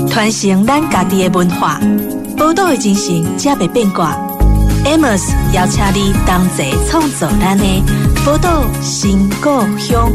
传承咱家己的文化，宝岛的精神才袂变卦。Amos 邀请你同齐创造咱的宝岛新故乡。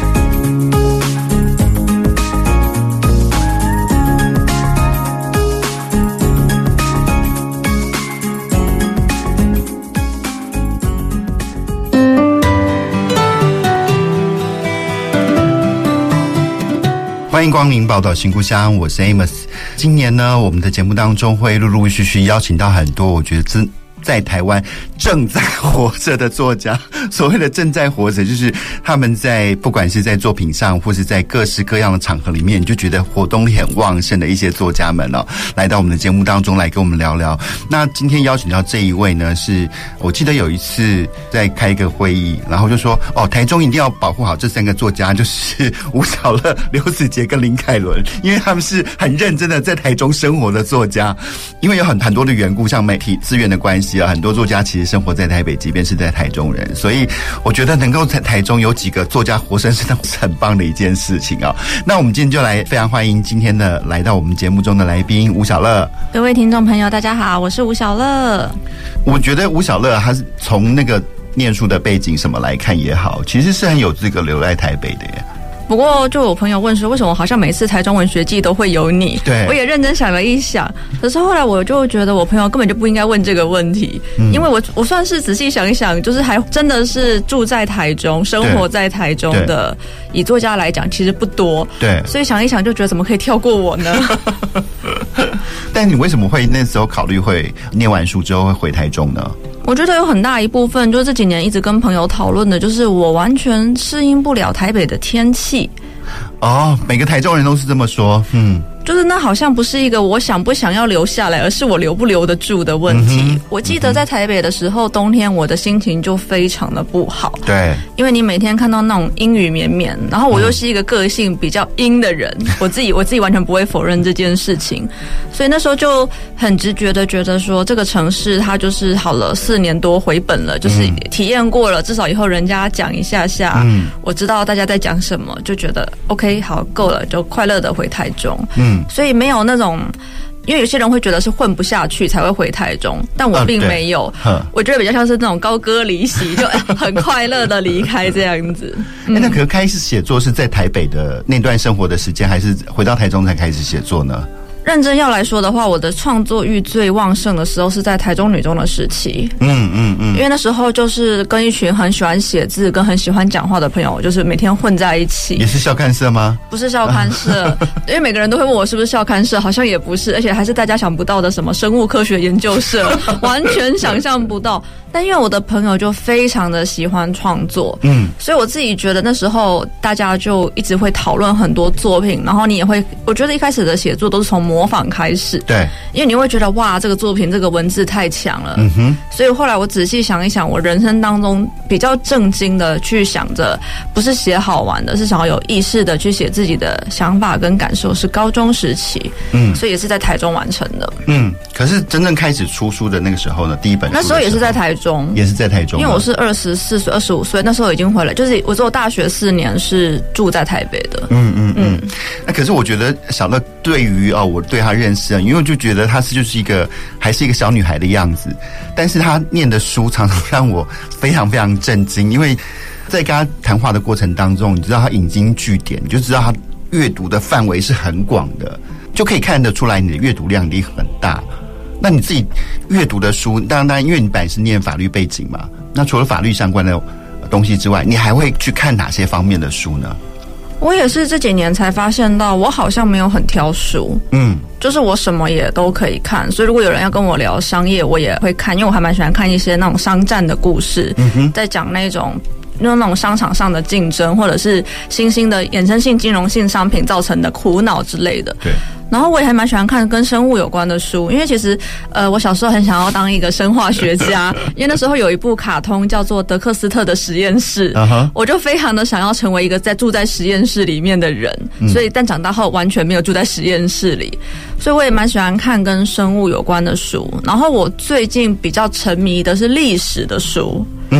欢迎光临宝岛新故乡，我是 Amos。今年呢，我们的节目当中会陆陆续续邀请到很多我觉得在台湾正在活着的作家。所谓的正在活着，就是他们在不管是在作品上或是在各式各样的场合里面，你就觉得活动力很旺盛的一些作家们来到我们的节目当中来跟我们聊聊。那今天邀请到这一位呢，是我记得有一次在开一个会议，然后就说台中一定要保护好这三个作家，就是吴晓乐、刘子杰跟林凯伦，因为他们是很认真的在台中生活的作家。因为有很多的缘故，像媒体资源的关系很多作家其实生活在台北，即便是在台中人，所以我觉得能够在台中有几个作家活生生的是很棒的一件事情那我们今天就来非常欢迎今天的来到我们节目中的来宾吴晓乐。 各位听众朋友大家好，我是吴晓乐。 我觉得吴晓乐他是从那个念书的背景什么来看也好，其实是很有资格留在台北的耶。 不过就有朋友问说，为什么好像每次台中文学季都会有你？ 对， 我也认真想了一想，可是后来我就觉得我朋友根本就不应该问这个问题，因为我算是仔细想一想，就是还真的是住在台中、生活在台中的，以作家来讲其实不多。对，所以想一想就觉得怎么可以跳过我呢？ 但你为什么会那时候考虑会念完书之后会回台中呢？ 我觉得有很大一部分就是这几年一直跟朋友讨论的，就是我完全适应不了台北的天气。 每个台中人都是这么说。 就是那好像不是一个我想不想要留下来，而是我留不留得住的问题。我记得在台北的时候，冬天我的心情就非常的不好。对，因为你每天看到那种阴雨绵绵，然后我又是一个个性比较阴的人，我自己完全不会否认这件事情，所以那时候就很直觉的觉得说，这个城市它就是好了4年多回本了，就是体验过了，至少以后人家讲一下下，我知道大家在讲什么，就觉得 OK 好够了，就快乐的回台中。所以没有那种，因为有些人会觉得是混不下去才会回台中，但我并没有，我觉得比较像是那种高歌离席，就很快乐的离开这样子。 那可是开始写作是在台北的那段生活的时间，还是回到台中才开始写作呢？ 认真要来说的话，我的创作欲最旺盛的时候是在台中女中的时期。因为那时候就是跟一群很喜欢写字跟很喜欢讲话的朋友，就是每天混在一起。 也是校刊社吗？ 不是校刊社，因为每个人都会问我是不是校刊社，好像也不是，而且还是大家想不到的什么生物科学研究社，完全想象不到。但因为我的朋友就非常的喜欢创作，所以我自己觉得那时候大家就一直会讨论很多作品，然后你也会，我觉得一开始的写作都是从模仿开始，对，因为你会觉得哇，这个作品这个文字太强了，所以后来我仔细想一想，我人生当中比较正经的去想着，不是写好玩的，是想要有意识的去写自己的想法跟感受，是高中时期，所以也是在台中完成的。 可是真正开始出书的那个时候呢，第一本书那时候也是在台中， 也是在台中， 因为我是24岁、25岁，那时候已经回来，就是我只有大学4年是住在台北的。 那可是我觉得小乐对于我对他认识，因为我就觉得他就是还是一个小女孩的样子，但是他念的书常常让我非常非常震惊，因为在跟他谈话的过程当中，你知道他引经据典，你就知道他阅读的范围是很广的，就可以看得出来你的阅读量一定很大。那你自己阅读的书，当然因为你本来是念法律背景嘛，那除了法律相关的东西之外，你还会去看哪些方面的书呢？ 我也是这几年才发现到，我好像没有很挑书，就是我什么也都可以看，所以如果有人要跟我聊商业，我也会看，因为我还蛮喜欢看一些那种商战的故事，在讲那种商场上的竞争，或者是新兴的衍生性金融性商品造成的苦恼之类的。对。然后我也还蛮喜欢看跟生物有关的书，因为其实我小时候很想要当一个生化学家，因为那时候有一部卡通叫做德克斯特的实验室，我就非常的想要成为一个住在实验室里面的人，所以但长大后完全没有住在实验室里，所以我也蛮喜欢看跟生物有关的书。然后我最近比较沉迷的是历史的书，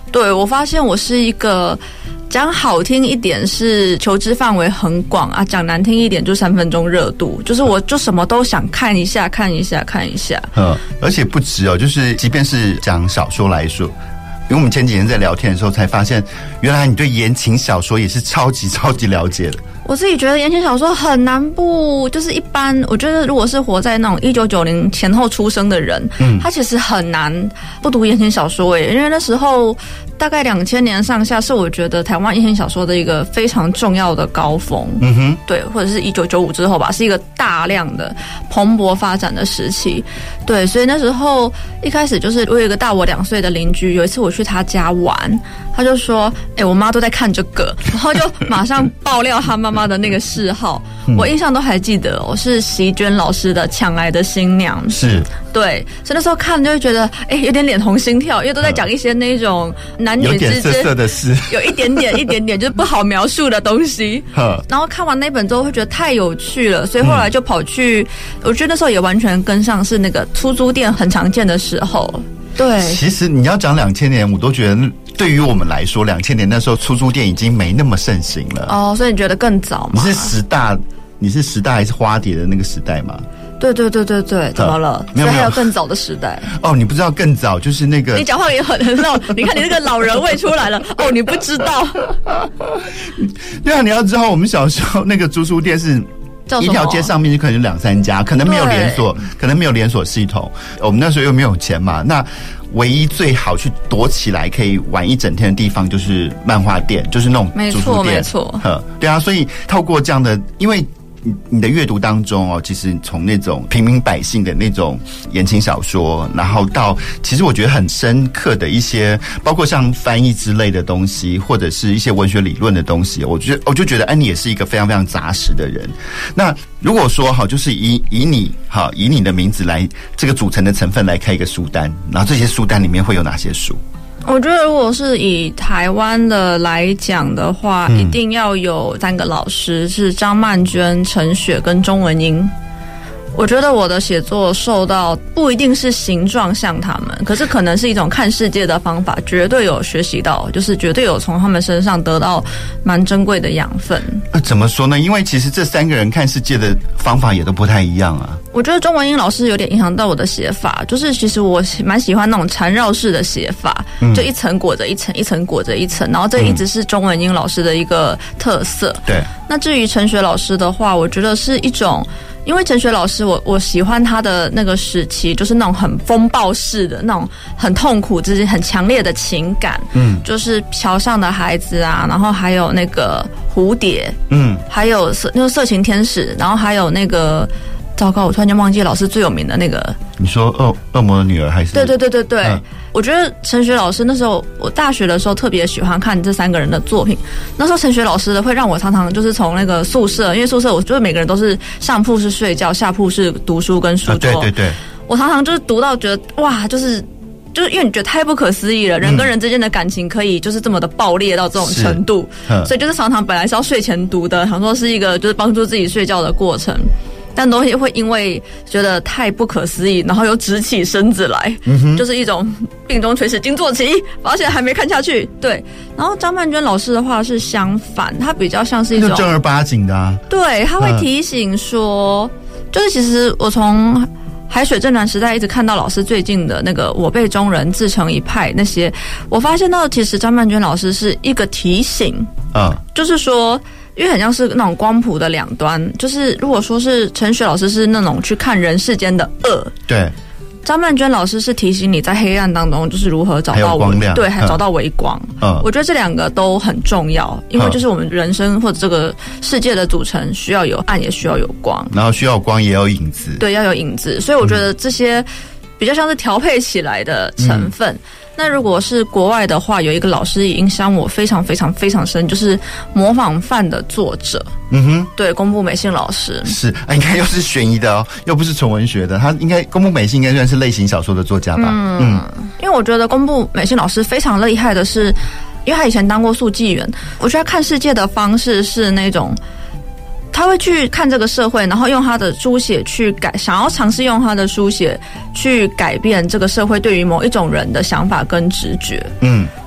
对，我发现我是一个讲好听一点是求知范围很广啊，讲难听一点就3分钟热度，就是我就什么都想看一下。 而且不止哦，就是即便是讲小说来说，因为我们前几天在聊天的时候才发现，原来你对言情小说也是超级了解的。 我自己觉得言情小说很难不，就是一般，我觉得如果是活在那种1990前后出生的人，他其实很难不读言情小说耶，因为那时候大概2000年上下是我觉得台湾言情小说的一个非常重要的高峰。对，或者是1995之后吧，是一个大量的蓬勃发展的时期。对，所以那时候一开始就是我有一个大我2岁的邻居，有一次我去他家玩，他就说我妈都在看这个，然后就马上爆料他妈妈的那个嗜好，我印象都还记得，我是席娟老师的《抢来的新娘》， 是， 对，所以那时候看就会觉得有点脸红心跳，因为都在讲一些那种男女之间有点色色的事， 有一点点就是不好描述的东西。然后看完那本之后会觉得太有趣了，所以后来就跑去，我觉得那时候也完全跟上是那个出租店很常见的时候。对， 其实你要讲2000年，我都觉得对于我们来说，2000年那时候出租店已经没那么盛行了。 哦，所以你觉得更早吗？ 你是时大还是花蝶的那个时代吗？ 对，怎么了？ 没有， 所以还有更早的时代。 哦，你不知道更早就是那个， 你讲话也很老，你看你那个老人味出来了。哦，你不知道？ 对啊，你要知道我们小时候那个租书店是一条街上面就可能有2-3家，可能没有连锁，可能没有连锁系统。我们那时候又没有钱嘛，那唯一最好去躲起来可以玩一整天的地方就是漫画店，就是那种租书店。 没错。 对啊，所以透过这样的，因为你的阅读当中其实从那种平民百姓的那种言情小说，然后到其实我觉得很深刻的一些，包括像翻译之类的东西，或者是一些文学理论的东西，我就觉得安妮也是一个非常非常扎实的人。那如果说就是以你的名字来这个组成的成分来开一个书单，然后这些书单里面会有哪些书？ 我觉得如果是以台湾的来讲的话，一定要有3个老师，是张曼娟、陈雪跟钟文英。我觉得我的写作受到不一定是形状像他们，可是可能是一种看世界的方法，绝对有学习到，就是绝对有从他们身上得到蛮珍贵的养分。 怎么说呢？因为其实这3个人看世界的方法也都不太一样啊。 我觉得钟文英老师有点影响到我的写法，就是其实我蛮喜欢那种缠绕式的写法，就一层裹着一层，一层裹着一层，然后这一直是钟文英老师的一个特色。 对。 那至于陈雪老师的话，我觉得是一种，因为陈雪老师我喜欢他的那个时期，就是那种很风暴式的那种很痛苦之间很强烈的情感，就是桥上的孩子啊，然后还有那个蝴蝶，还有那个色情天使，然后还有那个。糟糕，我突然间忘记老师最有名的那个。 你说恶魔的女儿还是？ 对。我觉得陈雪老师那时候，我大学的时候特别喜欢看这3个人的作品。那时候陈雪老师的会让我常常就是从那个宿舍，因为宿舍我就是每个人都是上铺是睡觉，下铺是读书跟书桌。 对。 我常常就是读到觉得哇，就是因为你觉得太不可思议了，人跟人之间的感情可以就是这么的爆裂到这种程度，所以就是常常本来是要睡前读的，想说是一个就是帮助自己睡觉的过程。但都会因为觉得太不可思议，然后又直起身子来，就是一种病中垂死惊坐起，而且还没看下去。对，然后张曼娟老师的话是相反，他比较像是一种正儿八经的啊。 对，他会提醒说，就是其实我从海水正蓝时代一直看到老师最近的那个我辈中人自成一派那些，我发现到其实张曼娟老师是一个提醒，就是说。因为很像是那种光谱的两端，就是如果说是陈雪老师是那种去看人世间的恶， 对， 张曼娟老师是提醒你在黑暗当中就是如何找到光亮， 对，还找到微光。我觉得这2个都很重要，因为就是我们人生或者这个世界的组成需要有暗，也需要有光， 然后需要光也有影子， 对，要有影子。所以我觉得这些比较像是调配起来的成分。那如果是国外的话，有一个老师影响我非常非常非常深，就是《模仿犯》的作者，对，宫部美幸老师是，应该又是悬疑的又不是纯文学的，他应该宫部美幸应该算是类型小说的作家吧？ 因为我觉得宫部美幸老师非常厉害的是，因为他以前当过速记员，我觉得他看世界的方式是那种。他会去看这个社会，然后用他的书写去想要尝试用他的书写去改变这个社会对于某一种人的想法跟直觉。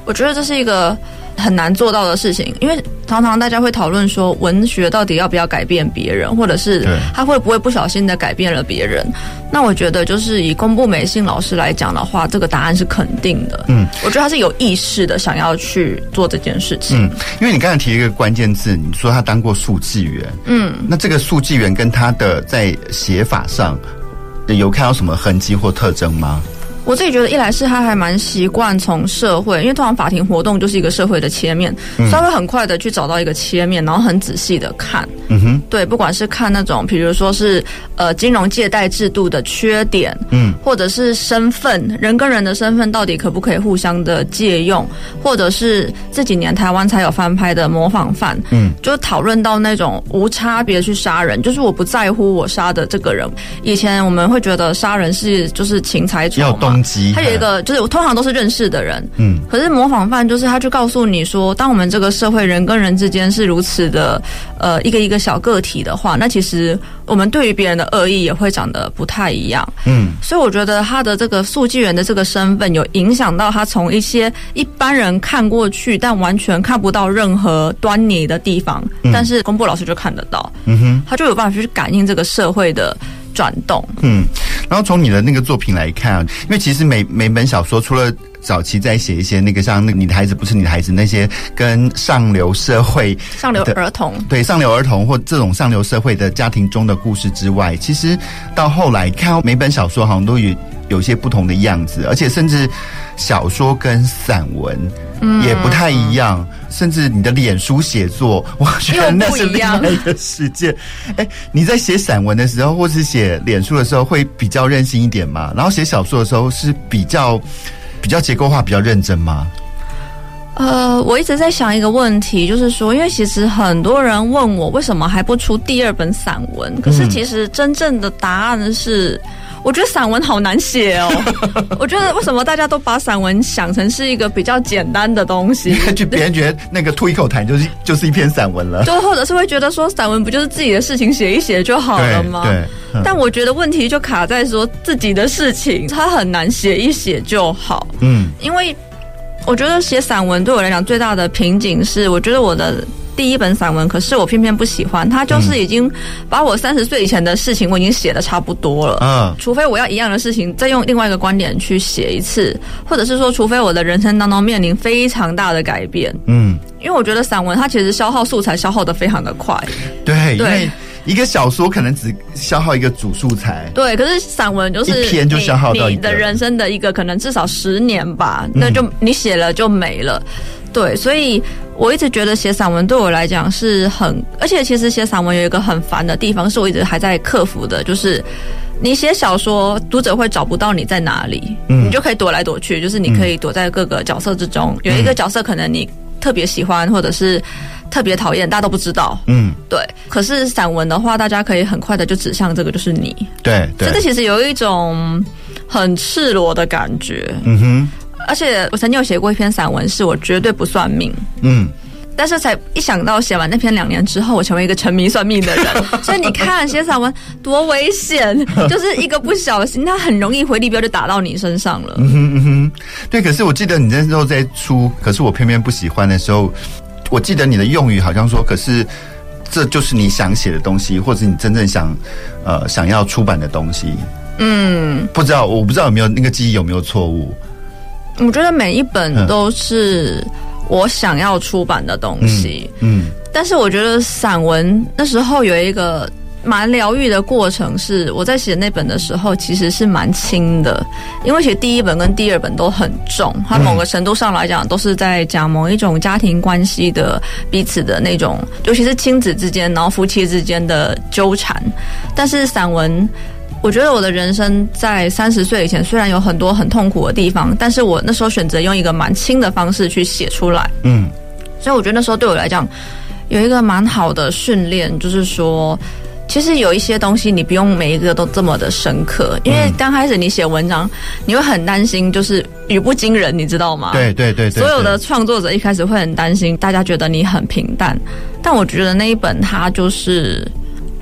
我觉得这是一个很难做到的事情，因为常常大家会讨论说文学到底要不要改变别人，或者是他会不会不小心的改变了别人。那我觉得就是以宫部美幸老师来讲的话，这个答案是肯定的。我觉得他是有意识的想要去做这件事情。 因为你刚才提了一个关键字，你说他当过速记员。那这个速记员跟他的在写法上有看到什么痕迹或特征吗？ 我自己觉得，一来是他还蛮习惯从社会，因为通常法庭活动就是一个社会的切面，所以他会很快的去找到一个切面，然后很仔细的看。对，不管是看那种，比如说是金融借贷制度的缺点，或者是身份，人跟人的身份到底可不可以互相的借用，或者是这几年台湾才有翻拍的模仿犯，就讨论到那种无差别去杀人，就是我不在乎我杀的这个人。以前我们会觉得杀人是就是情财仇嘛。他有一个就是我通常都是认识的人，可是模仿犯就是他就告诉你说，当我们这个社会人跟人之间是如此的一个一个小个体的话，那其实我们对于别人的恶意也会长得不太一样。所以我觉得他的这个速记员的这个身份有影响到他从一些一般人看过去但完全看不到任何端倪的地方，但是宫部老师就看得到，他就有办法去感应这个社会的转动。 然后从你的那个作品来看，因为其实每本小说除了早期在写一些那个像那个你的孩子不是你的孩子那些跟上流社会上流儿童对上流儿童或这种上流社会的家庭中的故事之外，其实到后来看每本小说好像都有些不同的样子，而且甚至小说跟散文也不太一样，甚至你的脸书写作，我觉得那是另外一个世界。你在写散文的时候，或是写脸书的时候，会比较任性一点吗？然后写小说的时候是比较结构化、比较认真吗？ 我一直在想一个问题，就是说，因为其实很多人问我为什么还不出第二本散文，可是其实真正的答案是。我觉得散文好难写哦。我觉得为什么大家都把散文想成是一个比较简单的东西？ 就别人觉得那个吐一口痰就是一篇散文了， 就或者是会觉得说散文不就是自己的事情写一写就好了吗？ 对。 但我觉得问题就卡在说自己的事情，它很难写一写就好。因为我觉得写散文对我来讲最大的瓶颈是，我觉得我的第一本散文，可是我偏偏不喜欢它，就是已经把我30岁以前的事情我已经写得差不多了。除非我要一样的事情再用另外一个观点去写一次，或者是说除非我的人生当中面临非常大的改变。因为我觉得散文它其实消耗素材消耗得非常的快。 对，因为一个小说可能只消耗一个主素材， 对，可是散文就是一篇就消耗到你的人生的一个可能至少10年吧，那就你写了就没了。对，所以我一直觉得写散文对我来讲是而且其实写散文有一个很烦的地方，是我一直还在克服的，就是你写小说，读者会找不到你在哪里，你就可以躲来躲去，就是你可以躲在各个角色之中，有一个角色可能你特别喜欢，或者是特别讨厌，大家都不知道。对。可是散文的话，大家可以很快的就指向这个就是你。对。所以这其实有一种很赤裸的感觉。而且我曾经有写过一篇散文，是我绝对不算命。但是才一想到写完那篇2年之后，我成为一个沉迷算命的人。所以你看写散文多危险，就是一个不小心，它很容易回力镖就打到你身上了。 对。可是我记得你那时候在出，可是我偏偏不喜欢的时候，我记得你的用语好像说，可是这就是你想写的东西，或者你真正想要出版的东西。我不知道有没有那个记忆有没有错误。 我觉得每一本都是我想要出版的东西。但是我觉得散文那时候有一个蛮疗愈的过程，是我在写那本的时候其实是蛮轻的，因为其实第一本跟第二本都很重，它某个程度上来讲都是在讲某一种家庭关系的彼此的那种，尤其是亲子之间然后夫妻之间的纠缠。但是散文，我觉得我的人生在30岁以前虽然有很多很痛苦的地方，但是我那时候选择用一个蛮轻的方式去写出来。所以我觉得那时候对我来讲有一个蛮好的训练，就是说其实有一些东西你不用每一个都这么的深刻，因为刚开始你写文章你会很担心就是语不惊人，你知道吗？对。所有的创作者一开始会很担心大家觉得你很平淡，但我觉得那一本它就是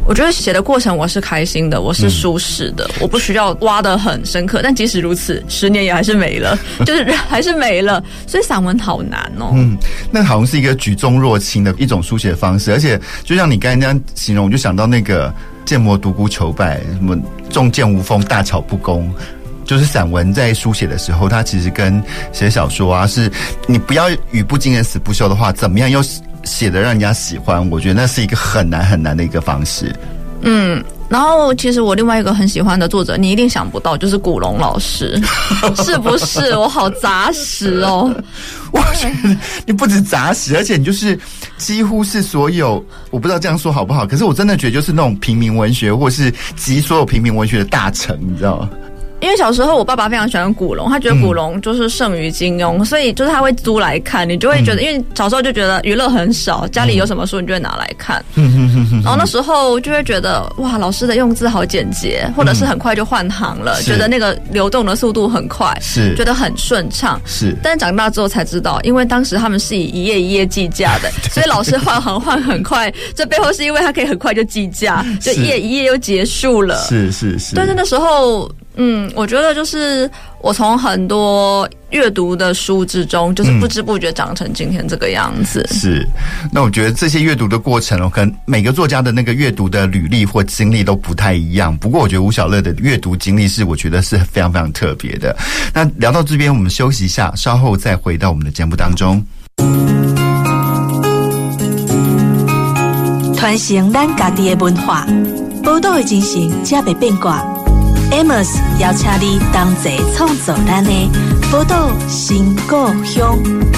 我觉得写的过程我是开心的，我是舒适的，我不需要挖得很深刻，但即使如此，10年也还是没了，就是还是没了，所以散文好难哦。 那好像是一个举重若轻的一种书写方式，而且就像你刚才那样形容，我就想到那个剑魔独孤求败，什么重剑无锋，大巧不工。就是散文在书写的时候，它其实跟写小说啊，是你不要语不惊人死不休的话，怎么样又写得让人家喜欢？我觉得那是一个很难很难的一个方式。 然后其实我另外一个很喜欢的作者，你一定想不到，就是古龙老师，是不是？我好杂食哦！ 我觉得你不止杂食，而且你就是几乎是所有，我不知道这样说好不好，可是我真的觉得就是那种平民文学，或是集所有平民文学的大成，你知道吗？ 因为小时候我爸爸非常喜欢古龙，他觉得古龙就是胜于金庸，所以就是他会租来看，你就会觉得，因为小时候就觉得娱乐很少，家里有什么书你就会拿来看，然后那时候就会觉得哇，老师的用字好简洁，或者是很快就换行了，觉得那个流动的速度很快，是觉得很顺畅，是。但长大之后才知道，因为当时他们是以一页一页计价的，所以老师换行换很快，这背后是因为他可以很快就计价，就一页一页就结束了，是。但是那时候。我觉得就是我从很多阅读的书之中，就是不知不觉长成今天这个样子。是， 那我觉得这些阅读的过程可能每个作家的那个阅读的履历或经历都不太一样。不过我觉得吴晓乐的阅读经历是我觉得是非常非常特别的。那聊到这边，我们休息一下，稍后再回到我们的节目当中。 传承咱家己的文化，宝岛的精神才袂变卦。Amos 邀请你同齐创造咱的宝岛新故乡。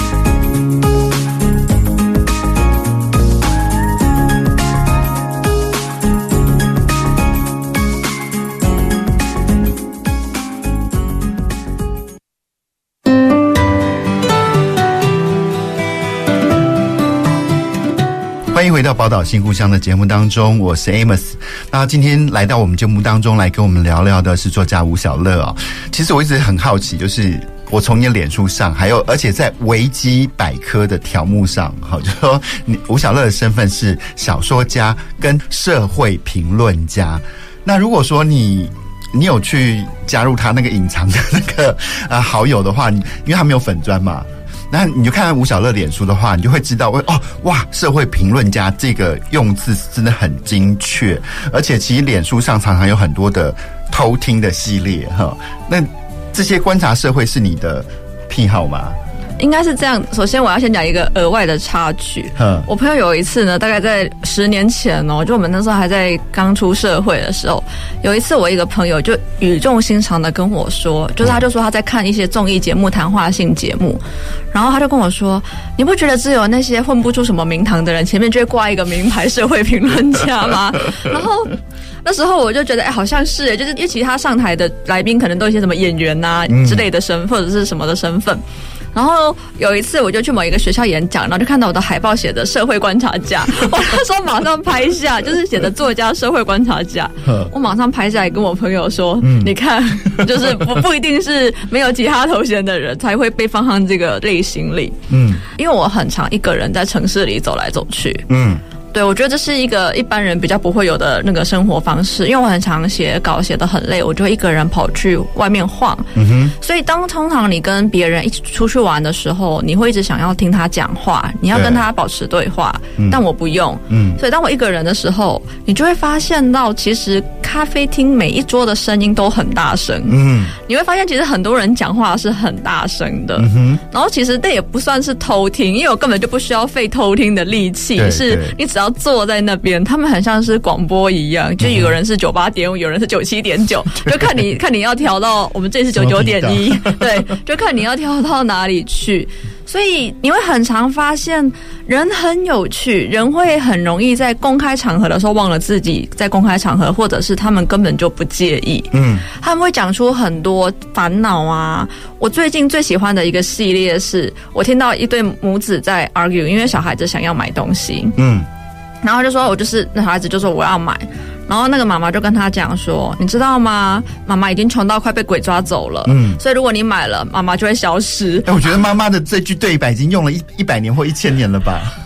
欢迎回到宝岛新故乡的节目当中，我是 Amos。那今天来到我们节目当中来跟我们聊聊的是作家吴晓乐哦。其实我一直很好奇，就是我从你的脸书上，还有而且在维基百科的条目上，好，就说你吴晓乐的身份是小说家跟社会评论家。那如果说你有去加入他那个隐藏的那个好友的话，因为他没有粉专嘛。那你就看吴晓乐脸书的话，你就会知道哇，社会评论家这个用字真的很精确，而且其实脸书上常常有很多的偷听的系列哈。那这些观察社会是你的癖好吗？ 应该是这样。首先我要先讲一个额外的插曲。我朋友有一次呢，大概在10年前哦，就我们那时候还在刚出社会的时候，有一次我一个朋友就语重心长的跟我说，就是他就说他在看一些综艺节目、谈话性节目，然后他就跟我说，你不觉得只有那些混不出什么名堂的人前面就会挂一个名牌社会评论家吗？然后那时候我就觉得好像是就是因为其他上台的来宾可能都有一些什么演员啊之类的身份，或者是什么的身份。然后有一次我就去某一个学校演讲，然后就看到我的海报写的社会观察家，我那时候马上拍下，就是写的作家社会观察家，我马上拍下来跟我朋友说，你看，就是不一定是没有其他头衔的人才会被放上这个类型里。因为我很常一个人在城市里走来走去。对，我觉得这是一个一般人比较不会有的那个生活方式，因为我很常写稿写得很累，我就会一个人跑去外面晃。所以通常你跟别人一起出去玩的时候，你会一直想要听他讲话，你要跟他保持对话，但我不用。所以当我一个人的时候，你就会发现到其实咖啡厅每一桌的声音都很大声。你会发现其实很多人讲话是很大声的。然后其实这也不算是偷听，因为我根本就不需要费偷听的力气，是你只要坐在那边，他们很像是广播一样，就有人是98.5，有人是97.9，就看你要调到，我们这里是99.1，对，就看你要调到哪里去。所以你会很常发现人很有趣，人会很容易在公开场合的时候忘了自己在公开场合，或者是他们根本就不介意。他们会讲出很多烦恼啊。我最近最喜欢的一个系列是，我听到一对母子在 argue， 因为小孩子想要买东西。然后就说那小孩子就说我要买，然后那个妈妈就跟他讲说，你知道吗？妈妈已经穷到快被鬼抓走了。所以如果你买了，妈妈就会消失。 我觉得妈妈的这句对白已经用了100年或1000年了吧？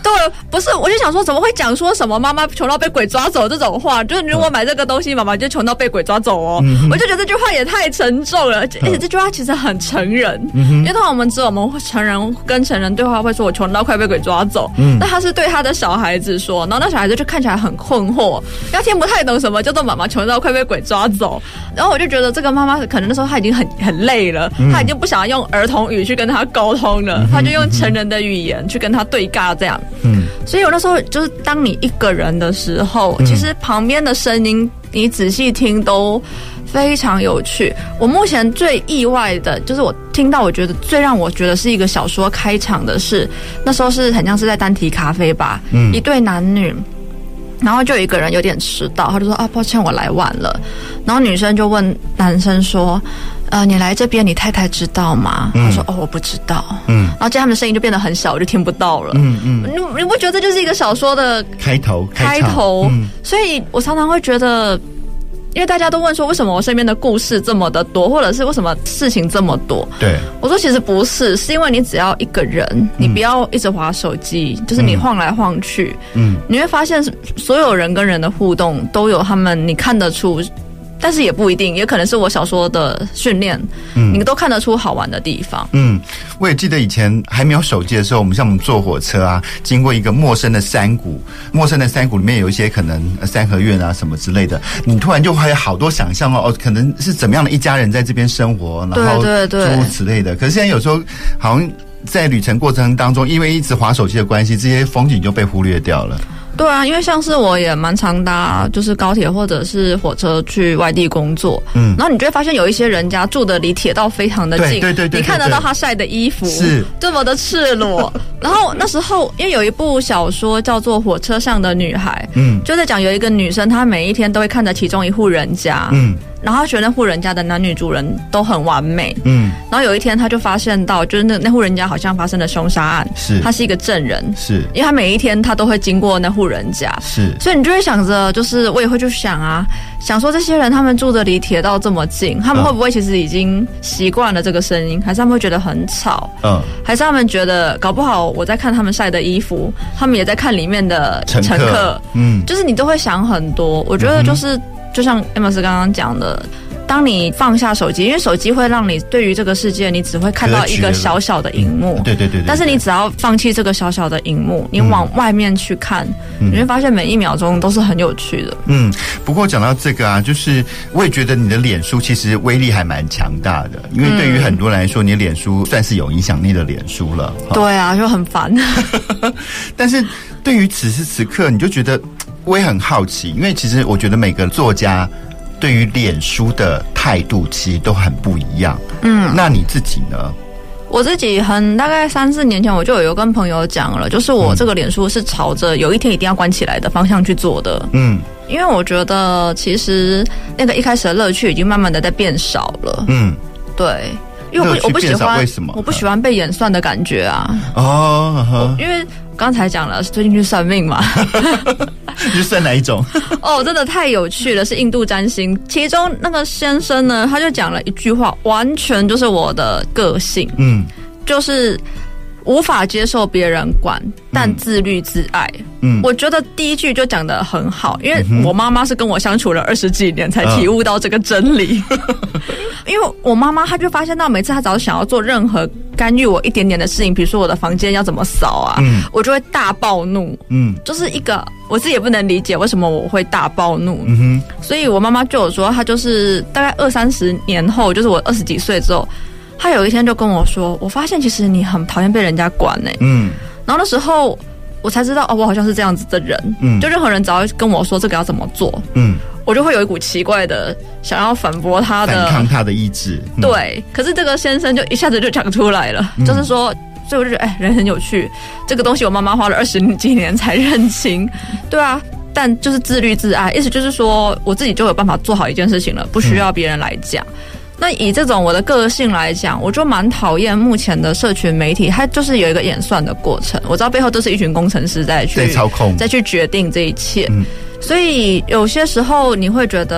对，不是，我就想说怎么会讲说什么妈妈穷到被鬼抓走这种话，就是如果买这个东西，妈妈就穷到被鬼抓走哦。我就觉得这句话也太沉重了，而且这句话其实很成人，因为通常我们会成人跟成人对话会说我穷到快被鬼抓走，那他是对他的小孩子说，然后那小孩子就看起来很困惑，他听不太懂什么叫做妈妈穷到快被鬼抓走，然后我就觉得这个妈妈可能那时候她已经很累了，她已经不想要用儿童语去跟他沟通了，她就用成人的语言去跟他对尬这样。所以我那时候就是当你一个人的时候，其实旁边的声音你仔细听都非常有趣。我目前最意外的就是我听到我觉得最让我觉得是一个小说开场的是，那时候是很像是在单体咖啡吧，一对男女，然后就有一个人有点迟到，他就说啊抱歉我来晚了，然后女生就问男生说你来这边你太太知道吗？他说我不知道。然后接他们的声音就变得很小，我就听不到了。你不觉得这就是一个小说的开头？所以我常常会觉得，因为大家都问说为什么我身边的故事这么的多，或者是为什么事情这么多？对，我说其实不是，是因为你只要一个人，你不要一直滑手机，就是你晃来晃去，你会发现所有人跟人的互动都有他们你看得出。但是也不一定，也可能是我小说的训练，你都看得出好玩的地方。 我也记得以前还没有手机的时候，我们坐火车啊，经过一个陌生的山谷，里面有一些可能三合院啊什么之类的，你突然就会有好多想象可能是怎么样的一家人在这边生活，然后诸如此类的。可是现在有时候好像在旅程过程当中，因为一直滑手机的关系，这些风景就被忽略掉了。 对啊，因为像是我也蛮常搭就是高铁或者是火车去外地工作，然后你就会发现有一些人家住的离铁道非常的近，对，你看得到他晒的衣服是这么的赤裸。然后那时候因为有一部小说叫做《火车上的女孩》，就在讲有一个女生，她每一天都会看着其中一户人家，然后觉得那户人家的男女主人都很完美，然后有一天他就发现到，就是那户人家好像发生了凶杀案，他是一个证人，因为他每一天他都会经过那户人家，所以你就会想着，就是我也会去想说这些人他们住的离铁道这么近，他们会不会其实已经习惯了这个声音，还是他们会觉得很吵，还是他们觉得搞不好我在看他们晒的衣服，他们也在看里面的乘客，就是你都会想很多。我觉得就像 Amos 刚刚讲的，当你放下手机，因为手机会让你对于这个世界，你只会看到一个小小的荧幕，对。但是你只要放弃这个小小的荧幕，你往外面去看，你会发现每一秒钟都是很有趣的。 不过讲到这个就是我也觉得你的脸书其实威力还蛮强大的，因为对于很多人来说，你的脸书算是有影响力的脸书了。 对啊，就很烦。 但是对于此时此刻，你就觉得。我也很好奇，因为其实我觉得每个作家对于脸书的态度其实都很不一样。那你自己呢？ 我自己大概3-4年前我就有跟朋友讲了，就是我这个脸书是朝着有一天一定要关起来的方向去做的。因为我觉得其实那个一开始的乐趣已经慢慢的在变少了。对。因为我不喜欢，为什么？我不喜欢被演算的感觉啊！因为刚才讲了，最近去算命嘛。 你是算哪一种？ 真的太有趣了，是印度占星。其中那个先生呢，他就讲了一句话，完全就是我的个性。就是无法接受别人管，但自律自爱。我觉得第一句就讲得很好，因为我妈妈是跟我相处了20几年才体悟到这个真理。因为我妈妈她就发现到，每次她只要想要做任何干预我一点点的事情，比如说我的房间要怎么扫我就会大暴怒。就是一个我自己也不能理解为什么我会大暴怒。所以我妈妈就有说，她就是大概20-30年后，就是我20几岁之后，她有一天就跟我说，我发现其实你很讨厌被人家管然后那时候我才知道我好像是这样子的人。就任何人只要跟我说这个要怎么做，我就会有一股奇怪的想要反驳他的， 反抗他的意志。 对，可是这个先生就一下子就讲出来了，就是说，所以我就觉得人很有趣，这个东西我妈妈花了20几年才认清。对啊，但就是自律自爱，意思就是说我自己就有办法做好一件事情了，不需要别人来讲。那以这种我的个性来讲，我就蛮讨厌目前的社群媒体，它就是有一个演算的过程。我知道背后都是一群工程师在操控，再去决定这一切。所以有些时候你会觉得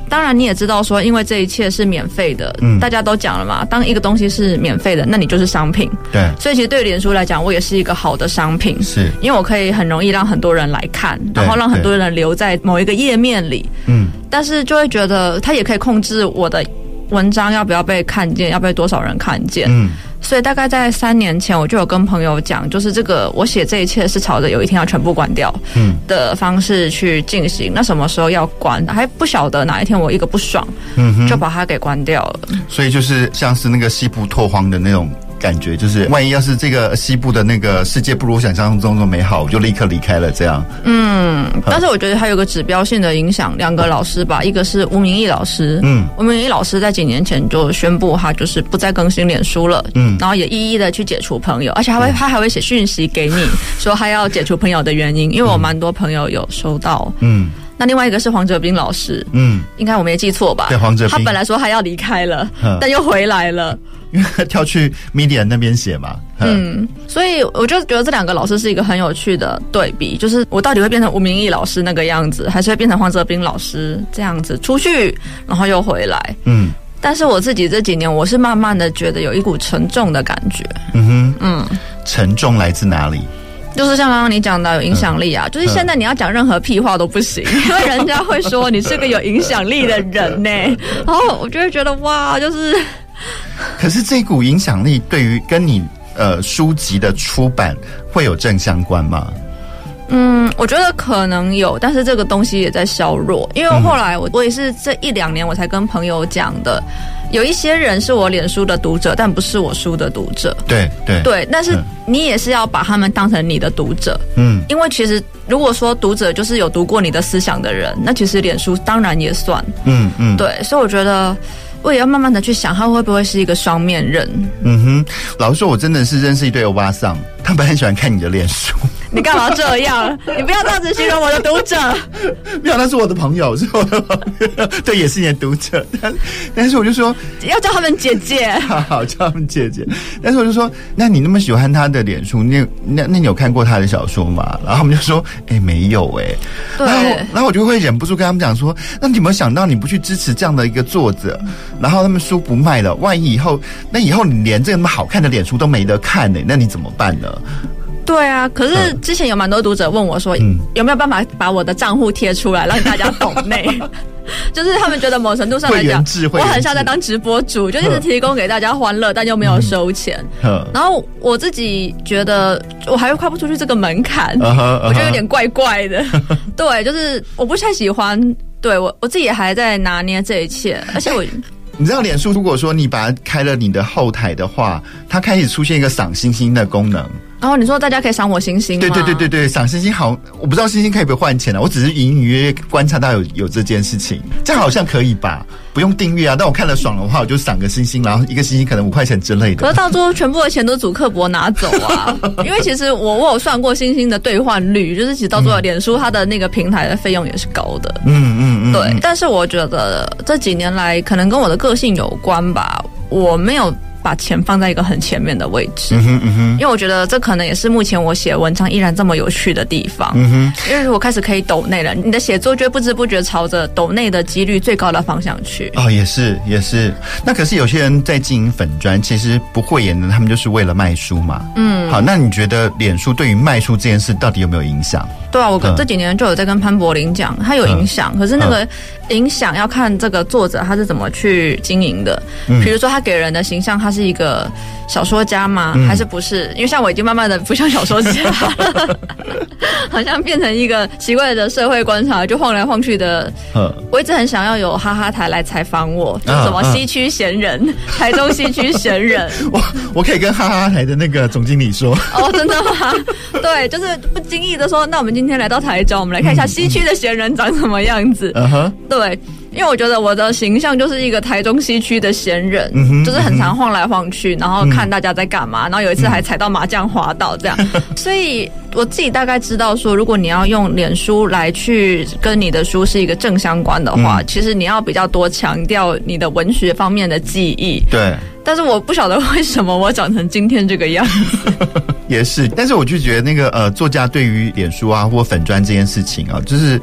当然你也知道说，因为这一切是免费的，大家都讲了嘛，当一个东西是免费的，那你就是商品。 对， 所以其实对脸书来讲，我也是一个好的商品， 是因为我可以很容易让很多人来看，然后让很多人留在某一个页面里。但是就会觉得它也可以控制我的文章要不要被看见，要被多少人看见。所以大概在3年前，我就有跟朋友讲，就是这个我写这一切是朝着有一天要全部关掉的方式去进行。那什么时候要关，还不晓得，哪一天我一个不爽，就把它给关掉了。 所以就是像是那个西部拓荒的那种感觉，就是万一要是这个西部的那个世界不如我想象中的美好，我就立刻离开了这样。 但是我觉得还有个指标性的影响，2个老师吧，一个是吴明益老师，吴明益老师在几年前就宣布他就是不再更新脸书了，然后也一一的去解除朋友，而且他还会写讯息给你说他要解除朋友的原因，因为我蛮多朋友有收到。那另外一个是黄哲斌老师，应该我没记错吧？ 对，黄哲斌， 他本来说他要离开了，但又回来了， 因为他跳去 Media 那边写嘛。 所以我就觉得这2个老师是一个很有趣的对比，就是我到底会变成吴明益老师那个样子，还是会变成黄哲斌老师这样子出去，然后又回来。但是我自己这几年，我是慢慢的觉得有一股沉重的感觉。 沉重来自哪里？ 就是像刚刚你讲的有影响力啊，就是现在你要讲任何屁话都不行，因为人家会说你是个有影响力的人呢。然后我就会觉得哇，就是。 可是这股影响力对于跟你书籍的出版会有正相关吗？ 我觉得可能有，但是这个东西也在削弱。因为后来我也是这1-2年我才跟朋友讲的，有一些人是我脸书的读者，但不是我书的读者。对，但是你也是要把他们当成你的读者。因为其实如果说读者就是有读过你的思想的人，那其实脸书当然也算。对，所以我觉得我也要慢慢的去想，他会不会是一个双面人。 老实说，我真的是认识一堆欧巴桑，他们很喜欢看你的脸书。 你干嘛这样？你不要这样子形容我的读者。 没有，那是我的朋友，是我的朋友，对，也是你的读者。但是我就说， 要叫他们姐姐。 好，叫他们姐姐。但是我就说，那你那么喜欢他的脸书，那你有看过他的小说吗？然后他们就说，没有对。 然后我就会忍不住跟他们讲说，那你有没有想到你不去支持这样的一个作者，然后他们书不卖了，万一以后你连这么好看的脸书都没得看呢，那你怎么办呢？ 对啊，可是之前有蛮多读者问我说，有没有办法把我的账户贴出来，让大家懂内？就是他们觉得某程度上来讲，我很像在当直播主，就一直提供给大家欢乐，但又没有收钱。然后我自己觉得我还会跨不出去这个门槛，我觉得有点怪怪的。对，就是我不太喜欢。对，我自己也还在拿捏这一切，而且你知道脸书如果说你把它开了你的后台的话，它开始出现一个赏星星的功能。 然后你说大家可以赏我星星吗？ 对，赏星星好，我不知道星星可以不可以换钱啊？我只是隐隐约约观察到有这件事情，这样好像可以吧？不用订阅啊，但我看了爽的话，我就赏个星星，然后一个星星可能5块钱之类的。 可是到最后全部的钱都祖克伯拿走啊！因为其实我有算过星星的兑换率，就是其实到最后脸书它的那个平台的费用也是高的。对。但是我觉得这几年来可能跟我的个性有关吧，我没有把钱放在一个很前面的位置。因为我觉得这可能也是目前我写文章依然这么有趣的地方。因为我开始可以抖内了，你的写作就不知不觉朝着抖内的几率最高的方向去。也是。那可是有些人在经营粉专，其实不讳言的，他们就是为了卖书嘛。好，那你觉得脸书对于卖书这件事到底有没有影响？对啊，我这几年就有在跟潘柏林讲，他有影响，可是那个影响要看这个作者他是怎么去经营的。比如说他给人的形象，他是一个小说家吗？还是不是？因为像我已经慢慢的不像小说家了，好像变成一个奇怪的社会观察，就晃来晃去的。我一直很想要有哈哈台来采访我，就是什么西区闲人，台中西区闲人。我可以跟哈哈台的那个总经理说。真的吗？对，就是不经意的说，那我们今天来到台中，我们来看一下西区的闲人长什么样子。对。因为我觉得我的形象就是一个台中西区的闲人，就是很常晃来晃去，然后看大家在干嘛，然后有一次还踩到麻将滑倒这样。所以我自己大概知道说，如果你要用脸书来去跟你的书是一个正相关的话，其实你要比较多强调你的文学方面的技艺。对。但是我不晓得为什么我长成今天这个样子。也是，但是我就觉得那个作家对于脸书啊或粉专这件事情啊，就是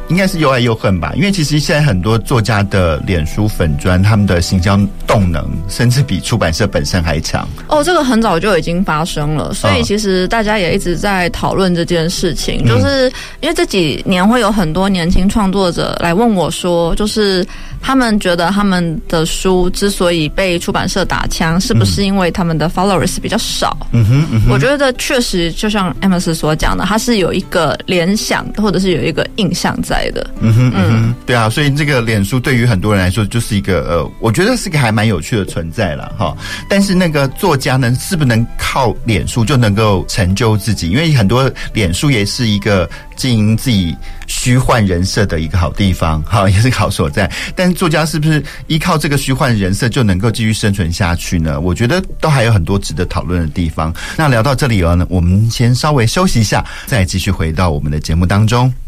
应该是又爱又恨吧，因为其实现在很多作家的脸书粉专，他们的行销动能甚至比出版社本身还强。 这个很早就已经发生了，所以其实大家也一直在讨论这件事情，就是因为这几年会有很多年轻创作者来问我说，就是他们觉得他们的书之所以被出版社打枪，是不是因为他们的 followers 比较少？我觉得确实就像 Amos 所讲的，他是有一个联想或者是有一个印象在的。 对啊，所以这个脸书对于很多人来说就是一个我觉得是个还蛮有趣的存在啦齁。但是那个作家呢，是不是能靠脸书就能够成就自己？因为很多脸书也是一个经营自己虚幻人设的一个好地方，好，也是个好所在。但是作家是不是依靠这个虚幻人设就能够继续生存下去呢？我觉得都还有很多值得讨论的地方。那聊到这里呢，我们先稍微休息一下，再继续回到我们的节目当中。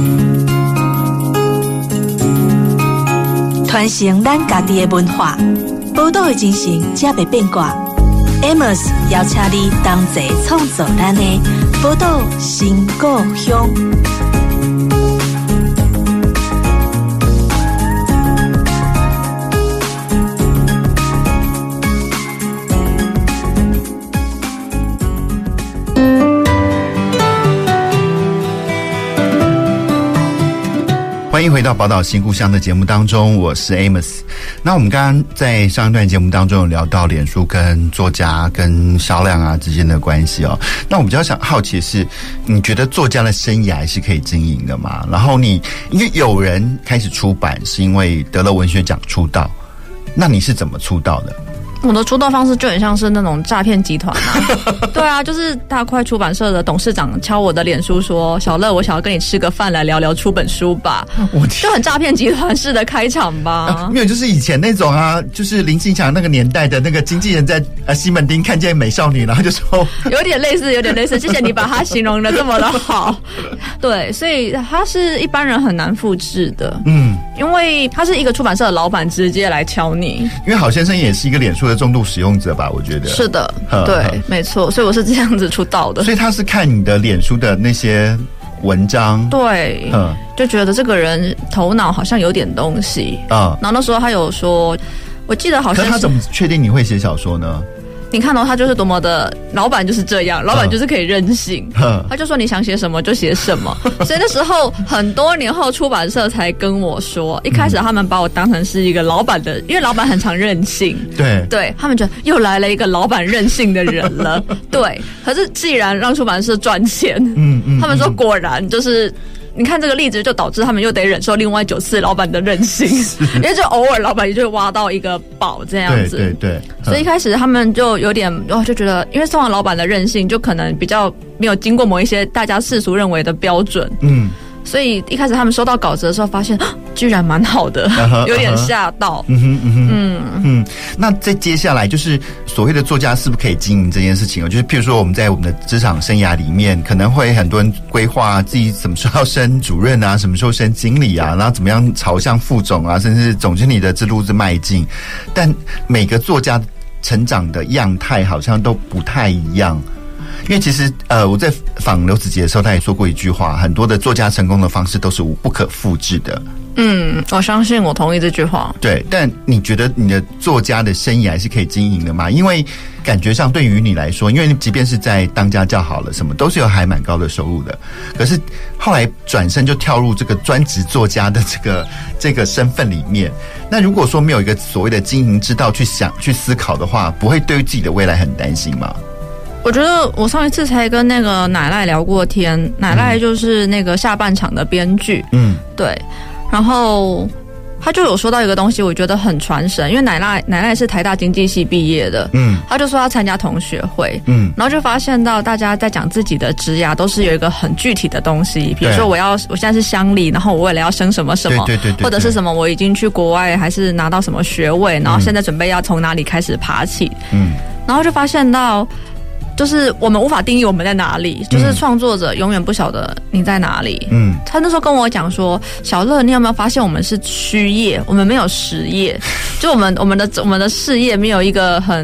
传承咱家己的文化，报道的精神才袂变卦。Amos 邀请你同齐创作咱的报道新故乡。 欢迎回到宝岛新故乡的节目当中，我是 Amos。那我们刚刚在上一段节目当中有聊到脸书跟作家跟销量啊之间的关系哦。那我比较好奇的是，你觉得作家的生涯是可以经营的吗？然后因为有人开始出版是因为得了文学奖出道，那你是怎么出道的？ 我的出道方式就很像是那种诈骗集团啊。对啊，就是大块出版社的董事长敲我的脸书说，小乐，我想要跟你吃个饭来聊聊出本书吧。就很诈骗集团式的开场吧。 没有，就是以前那种啊，就是林青霞那个年代的那个经纪人在西门町看见美少女，然后就说有点类似，有点类似。谢谢你把它形容的这么的好。对，所以他是一般人很难复制的。因为他是一个出版社的老板直接来敲你。 因为郝先生也是一个脸书的重度使用者吧，我觉得是的，对，没错，所以我是这样子出道的。 所以他是看你的脸书的那些文章， 对，就觉得这个人头脑好像有点东西然后那时候他有说，我记得好像是， 可是他怎么确定你会写小说呢？ 你看到他就是多么的，老板就是这样，老板就是可以任性，他就说你想写什么就写什么。所以那时候很多年后出版社才跟我说，一开始他们把我当成是一个老板的，因为老板很常任性，对，他们觉得又来了一个老板任性的人了。对，可是既然让出版社赚钱，他们说果然就是。你看这个例子，就导致他们又得忍受另外9次老板的任性，因为就偶尔老板也就会挖到一个宝这样子。对，所以一开始他们就有点就觉得，因为送完老板的任性，就可能比较没有经过某一些大家世俗认为的标准。所以一开始他们收到稿子的时候，发现居然蛮好的，有点吓到。 那在接下来就是所谓的作家是不是可以经营这件事情？就是譬如说我们在我们的职场生涯里面，可能会很多人规划自己什么时候要升主任啊，什么时候升经理啊，然后怎么样朝向副总啊，甚至总经理的之路是迈进。但每个作家成长的样态好像都不太一样。因为其实我在访刘子杰的时候，他也说过一句话，很多的作家成功的方式都是不可复制的。 我相信，我同意这句话。 对，但你觉得你的作家的生涯是可以经营的吗？因为感觉上对于你来说，因为即便是在当家教好了，什么都是有还蛮高的收入的，可是后来转身就跳入这个专职作家的这个身份里面。那如果说没有一个所谓的经营之道去思考的话，不会对于自己的未来很担心吗？ 我觉得我上一次才跟那个乃赖聊过天，乃赖就是那个下半场的编剧，对，然后他就有说到一个东西，我觉得很传神，因为乃赖是台大经济系毕业的，他就说要参加同学会，然后就发现到大家在讲自己的职涯都是有一个很具体的东西，比如说我现在是乡里，然后我未来要升什么什么，对，或者是什么我已经去国外还是拿到什么学位，然后现在准备要从哪里开始爬起，然后就发现到。就是我们无法定义我们在哪里，就是创作者永远不晓得你在哪里。他那时候跟我讲说，小乐，你有没有发现我们是虚业，我们没有实业，就我们的事业没有一个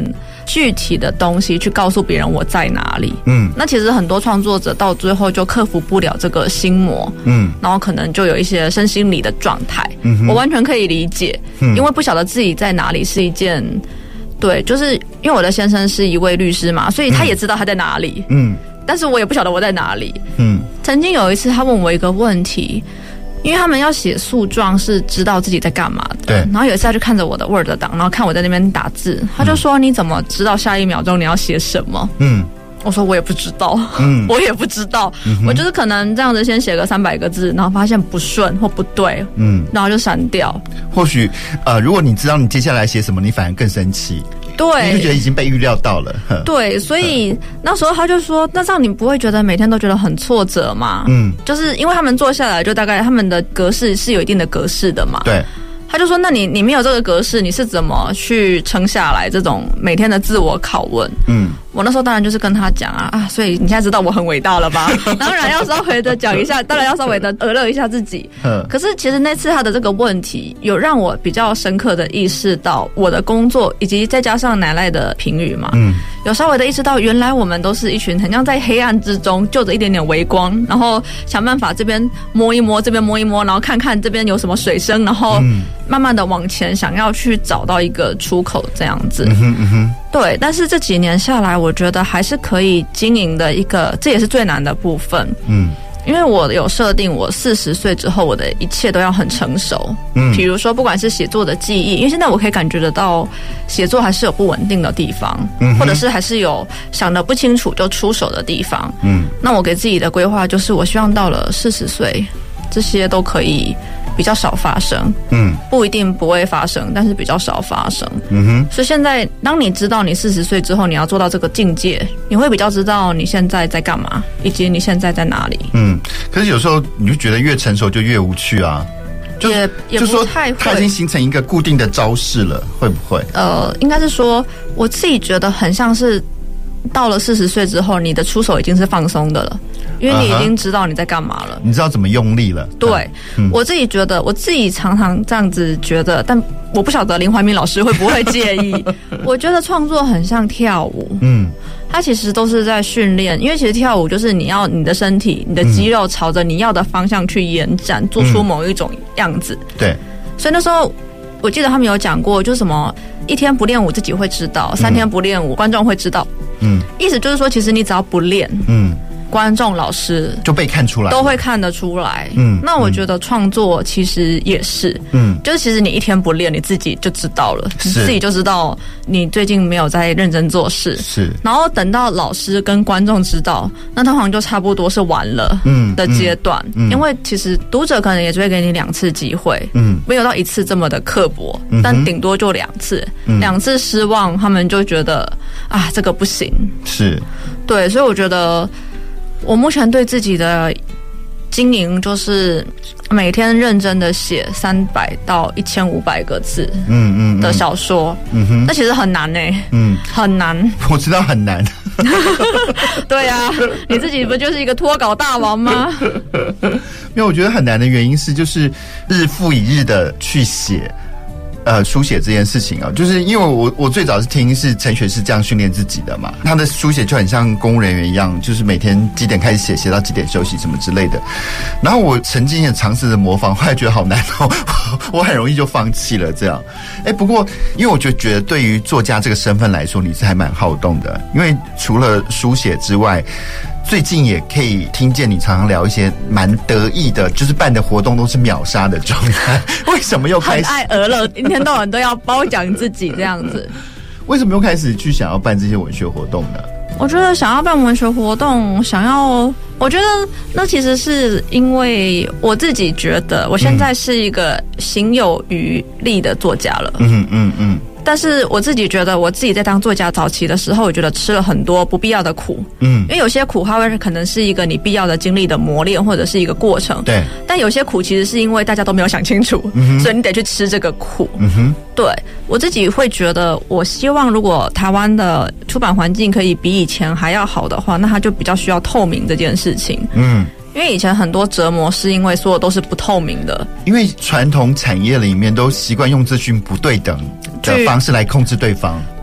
具体的东西去告诉别人我在哪里。那其实很多创作者到最后就克服不了这个心魔，然后可能就有一些身心理的状态。我完全可以理解，因为不晓得自己在哪里是一件。对，就是因为我的先生是一位律师嘛，所以他也知道他在哪里。但是我也不晓得我在哪里。曾经有一次他问我一个问题，因为他们要写诉状是知道自己在干嘛的。 对。 然后有一次他就看着我的 Word 档，然后看我在那边打字，他就说：“你怎么知道下一秒钟你要写什么？”我说我也不知道，我也不知道，我就是可能这样子先写个300个字，然后发现不顺或不对，然后就删掉。 或许如果你知道你接下来写什么，你反而更生气。 对， 你就觉得已经被预料到了。 对，所以那时候他就说：“那这样你不会觉得每天都觉得很挫折吗？”就是因为他们做下来，就大概他们的格式是有一定的格式的嘛。 对。 他就说：“那你没有这个格式，你是怎么去撑下来这种每天的自我拷问？”我那时候当然就是跟他讲啊，所以你现在知道我很伟大了吧？当然要稍微的讲一下，当然要稍微的娱乐一下自己。可是其实那次他的这个问题，有让我比较深刻的意识到我的工作，以及再加上奶奶的评语嘛，有稍微的意识到，原来我们都是一群很像在黑暗之中就着一点点微光，然后想办法这边摸一摸，这边摸一摸，然后看看这边有什么水声，然后慢慢的往前，想要去找到一个出口这样子。对，但是这几年下来，我觉得还是可以经营的一个，这也是最难的部分。因为我有设定，我40岁之后，我的一切都要很成熟。比如说，不管是写作的记忆，因为现在我可以感觉得到，写作还是有不稳定的地方，或者是还是有想得不清楚就出手的地方。那我给自己的规划就是，我希望到了40岁，这些都可以比较少发生。不一定不会发生，但是比较少发生。所以现在当你知道你40岁之后你要做到这个境界，你会比较知道你现在在干嘛，以及你现在在哪里。 可是有时候你就觉得越成熟就越无趣啊。 也不太会， 它已经形成一个固定的招式了，会不会？ 应该是说我自己觉得很像是到了40岁之后，你的出手已经是放松的了。因为你已经知道你在干嘛了， 你知道怎么用力了。 对，我自己觉得，我自己常常这样子觉得，但我不晓得林怀民老师会不会介意。我觉得创作很像跳舞，它其实都是在训练，因为其实跳舞就是你要你的身体、你的肌肉朝着你要的方向去延展，做出某一种样子。 对， 所以那时候我记得他们有讲过，就是什么1天不练舞自己会知道，3天不练舞观众会知道。意思就是说，其实你只要不练，观众、老师就被看出来， 都会看得出来。那我觉得创作其实也是，就是其实你1天不练，你自己就知道了，你自己就知道你最近没有在认真做事。 是， 然后等到老师跟观众知道，那通常就差不多是完了的阶段。因为其实读者可能也只会给你2次机会，没有到1次这么的刻薄，但顶多就2次，2次失望，他们就觉得啊，这个不行。 是， 对，所以我觉得。我目前对自己的经营就是每天认真的写300到1500个字的小说。那其实很难很难。 我知道很难。 对啊，你自己不就是一个脱稿大王吗？ 因为我觉得很难的原因是，就是日复一日的去写。书写这件事情啊，就是因为我最早是听是陈雪是这样训练自己的嘛，他的书写就很像公务人员一样，就是每天几点开始写，写到几点休息什么之类的。然后我曾经也尝试着模仿，后来觉得好难哦，我很容易就放弃了这样。不过因为我觉得对于作家这个身份来说，你是还蛮好动的，因为除了书写之外。最近也可以听见你常常聊一些蛮得意的，就是办的活动都是秒杀的状态。为什么又开始很爱俄了？一天到晚都要褒奖自己这样子。 为什么又开始去想要办这些文学活动呢？ 我觉得想要办文学活动，我觉得那其实是因为我自己觉得我现在是一个行有余力的作家了。但是我自己觉得，我自己在当作家早期的时候，我觉得吃了很多不必要的苦。因为有些苦它会可能是一个你必要的经历的磨练，或者是一个过程。 对。 但有些苦其实是因为大家都没有想清楚，所以你得去吃这个苦。对，我自己会觉得，我希望如果台湾的出版环境可以比以前还要好的话，那它就比较需要透明这件事情。因为以前很多折磨是因为所有都是不透明的， 因为传统产业里面都习惯用资讯不对等的方式来控制对方。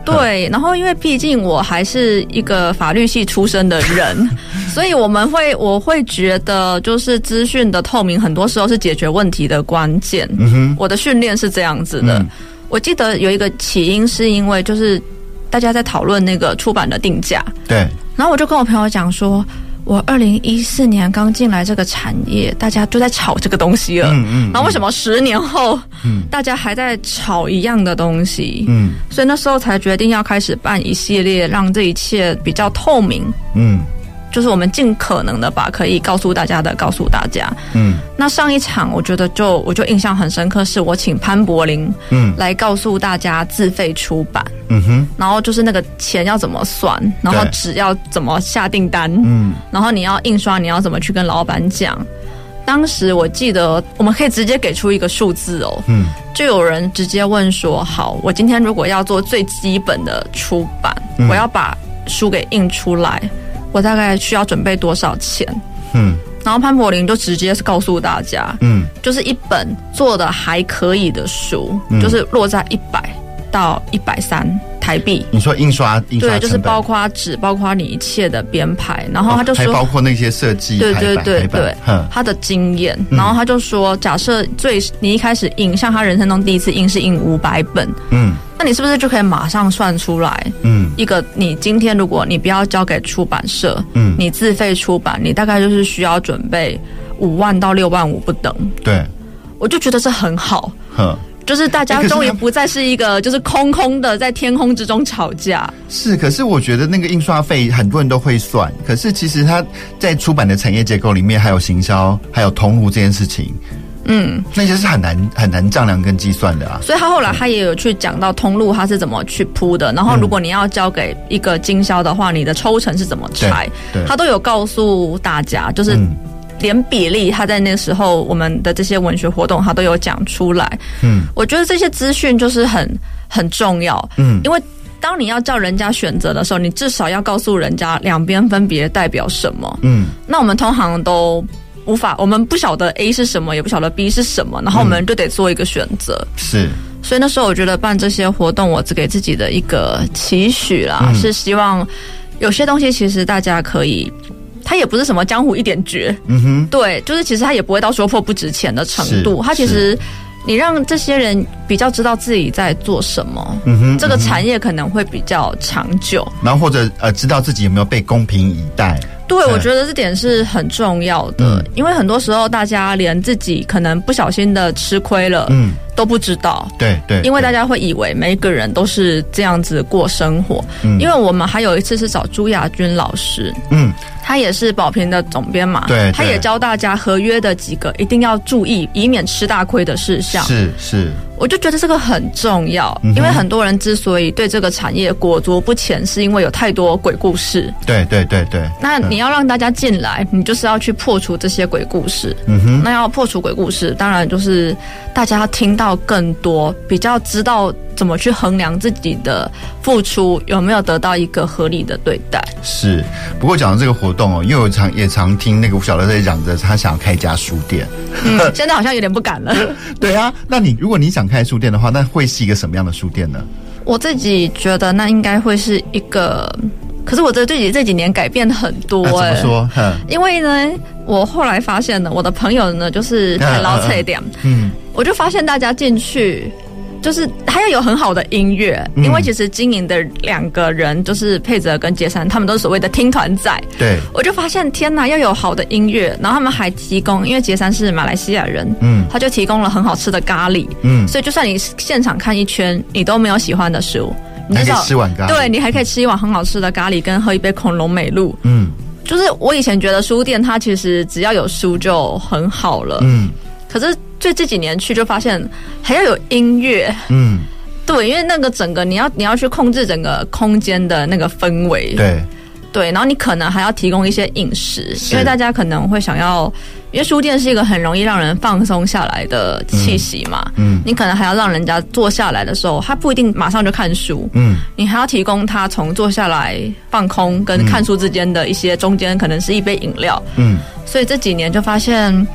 对，然后因为毕竟我还是一个法律系出身的人，所以我会觉得就是资讯的透明很多时候是解决问题的关键。我的训练是这样子的。我记得有一个起因是因为就是大家在讨论那个出版的定价， 对， 然后我就跟我朋友讲说，我2014年刚进来这个产业，大家就在炒这个东西了。然后为什么10年后，大家还在炒一样的东西？所以那时候才决定要开始办一系列，让这一切比较透明。就是我们尽可能的把可以告诉大家的告诉大家。那上一场我觉得我就印象很深刻，是我请潘柏林来告诉大家自费出版。然后就是那个钱要怎么算，然后纸要怎么下订单，然后你要印刷你要怎么去跟老板讲。当时我记得我们可以直接给出一个数字哦，就有人直接问说，好，我今天如果要做最基本的出版，我要把书给印出来，我大概需要准备多少钱？然后潘柏林就直接告诉大家，就是一本做的还可以的书，就是落在100到130台币。 你说印刷对，就是包括纸，包括你一切的编排，然后他就说， 还包括那些设计， 对，他的经验，然后他就说，假设你一开始印，像他人生中第一次印是印500本，那你是不是就可以马上算出来，一个你今天如果你不要交给出版社，你自费出版，你大概就是需要准备5万到6万5不等。对，我就觉得这很好。就是大家终于不再是一个就是空空的在天空之中吵架。 是，可是我觉得那个印刷费很多人都会算，可是其实它在出版的产业结构里面还有行销还有通路这件事情，那些是很难丈量跟计算的啊。 所以他后来他也有去讲到通路他是怎么去铺的，然后如果你要交给一个经销的话，你的抽成是怎么拆，他都有告诉大家，就是连比例他在那时候我们的这些文学活动他都有讲出来。我觉得这些资讯就是很重要。因为当你要叫人家选择的时候，你至少要告诉人家两边分别代表什么。那我们通常都无法，我们不晓得 A 是什么，也不晓得 B 是什么，然后我们就得做一个选择。是，所以那时候我觉得办这些活动，我只给自己的一个期许啦，是希望有些东西其实大家可以，它也不是什么江湖一点绝，对，就是其实它也不会到说破不值钱的程度，它其实你让这些人比较知道自己在做什么，这个产业可能会比较长久，然后或者知道自己有没有被公平以待。对，我觉得这点是很重要的，因为很多时候大家连自己可能不小心的吃亏了，都不知道。对，因为大家会以为每一个人都是这样子过生活。因为我们还有一次是找朱亚君老师，他也是宝瓶的总编嘛，对，他也教大家合约的几个一定要注意，以免吃大亏的事项。是，我就觉得这个很重要，因为很多人之所以对这个产业裹足不前，是因为有太多鬼故事。对。那你要让大家进来，你就是要去破除这些鬼故事。那要破除鬼故事，当然就是大家要听到更多，比较知道怎么去衡量自己的付出有没有得到一个合理的对待。是，不过讲到这个活动哦，因为我也常听那个吴小乐在讲着他想要开一家书店，现在好像有点不敢了。对啊，那如果你想开书店的话，那会是一个什么样的书店呢？我自己觉得那应该会是一个，可是我这几年改变很多。怎么说？因为呢，我后来发现呢，我的朋友呢就是很老脆一点，我就发现大家进去就是还要有很好的音乐，因为其实经营的2个人就是佩泽跟杰山，他们都是所谓的听团仔。对，我就发现天哪，要有好的音乐，然后他们还提供，因为杰山是马来西亚人，他就提供了很好吃的咖喱，所以就算你现场看一圈，你都没有喜欢的食物，你还可以吃碗咖喱，对，你还可以吃一碗很好吃的咖喱，跟喝一杯恐龙美露。就是我以前觉得书店它其实只要有书就很好了，可是这几年去就发现还要有音乐，对，因为那个整个你要去控制整个空间的那个氛围，对，然后你可能还要提供一些饮食，因为大家可能会想要，因为书店是一个很容易让人放松下来的气息嘛，你可能还要让人家坐下来的时候，他不一定马上就看书，你还要提供他从坐下来放空跟看书之间的一些中间可能是一杯饮料，所以这几年就发现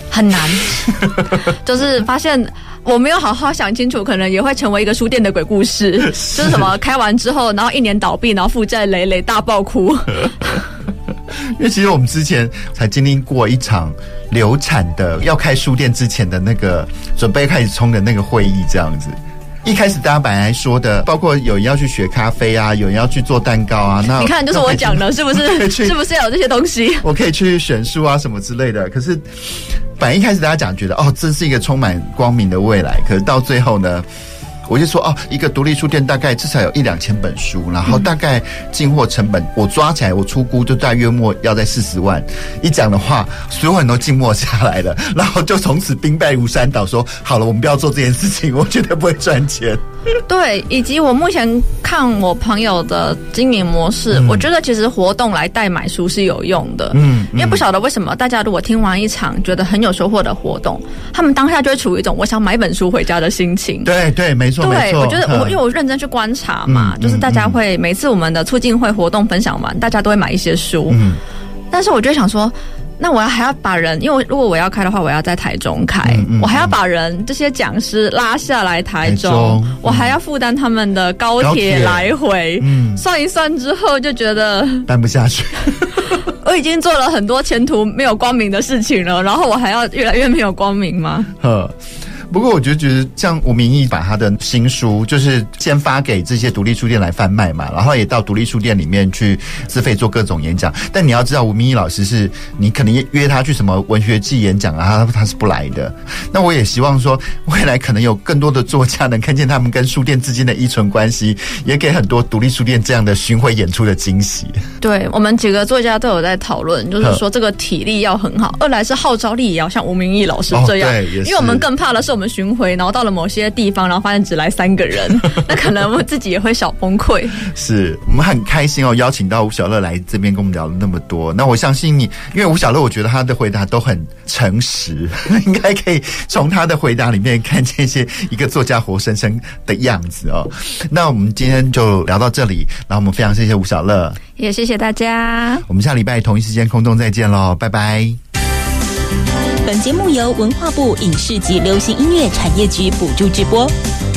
很难，就是发现我没有好好想清楚，可能也会成为一个书店的鬼故事，就是什么开完之后，然后1年倒闭，然后负债累累，大爆哭。 因为其实我们之前才经历过一场流产的，要开书店之前的那个准备开始冲的那个会议，这样子。一开始大家本来说的，包括有人要去学咖啡啊，有人要去做蛋糕啊，那你看就是我讲的，是不是？是不是有这些东西？ 我可以去选书啊什么之类的。可是本来一开始大家讲觉得这是一个充满光明的未来，可是到最后呢，我就说一个独立书店大概至少有1-2千本书，然后大概进货成本我抓起来，我出估就大约莫要在40万。一讲的话，所有人都静默下来了，然后就从此兵败如山倒，说好了，我们不要做这件事情，我绝对不会赚钱。 对，以及我目前看我朋友的经营模式，我觉得其实活动来代买书是有用的。因为不晓得为什么大家如果听完一场觉得很有收获的活动，他们当下就会处于一种我想买本书回家的心情。 对对，没错。 对，我觉得因为我认真去观察嘛，就是大家会每次我们的促进会活动分享完，大家都会买一些书。但是我就想说，那我还要把人，因为如果我要开的话，我要在台中开，我还要把人这些讲师拉下来台中，我还要负担他们的高铁来回，算一算之后就觉得办不下去。 我已经做了很多前途没有光明的事情了，然后我还要越来越没有光明吗？ 不过我觉得像吴明益把他的新书就是先发给这些独立书店来贩卖嘛，然后也到独立书店里面去自费做各种演讲。但你要知道，吴明益老师是你可能约他去什么文学季演讲啊，他是不来的。那我也希望说，未来可能有更多的作家能看见他们跟书店之间的依存关系，也给很多独立书店这样的巡回演出的惊喜。对， 我们几个作家都有在讨论，就是说这个体力要很好，二来是号召力也要像吴明益老师这样，因为我们更怕的是我们巡回，然后到了某些地方，然后发现只来3个人，那可能我自己也会小崩溃。 是我们很开心邀请到吴小乐来这边跟我们聊了那么多。那我相信你，因为吴小乐，我觉得他的回答都很诚实，应该可以从他的回答里面看见一个作家活生生的样子哦。那我们今天就聊到这里，然后我们非常谢谢吴小乐， 也谢谢大家。 我们下礼拜同一时间空中再见咯，拜拜。 本节目由文化部影视及流行音乐产业局补助直播。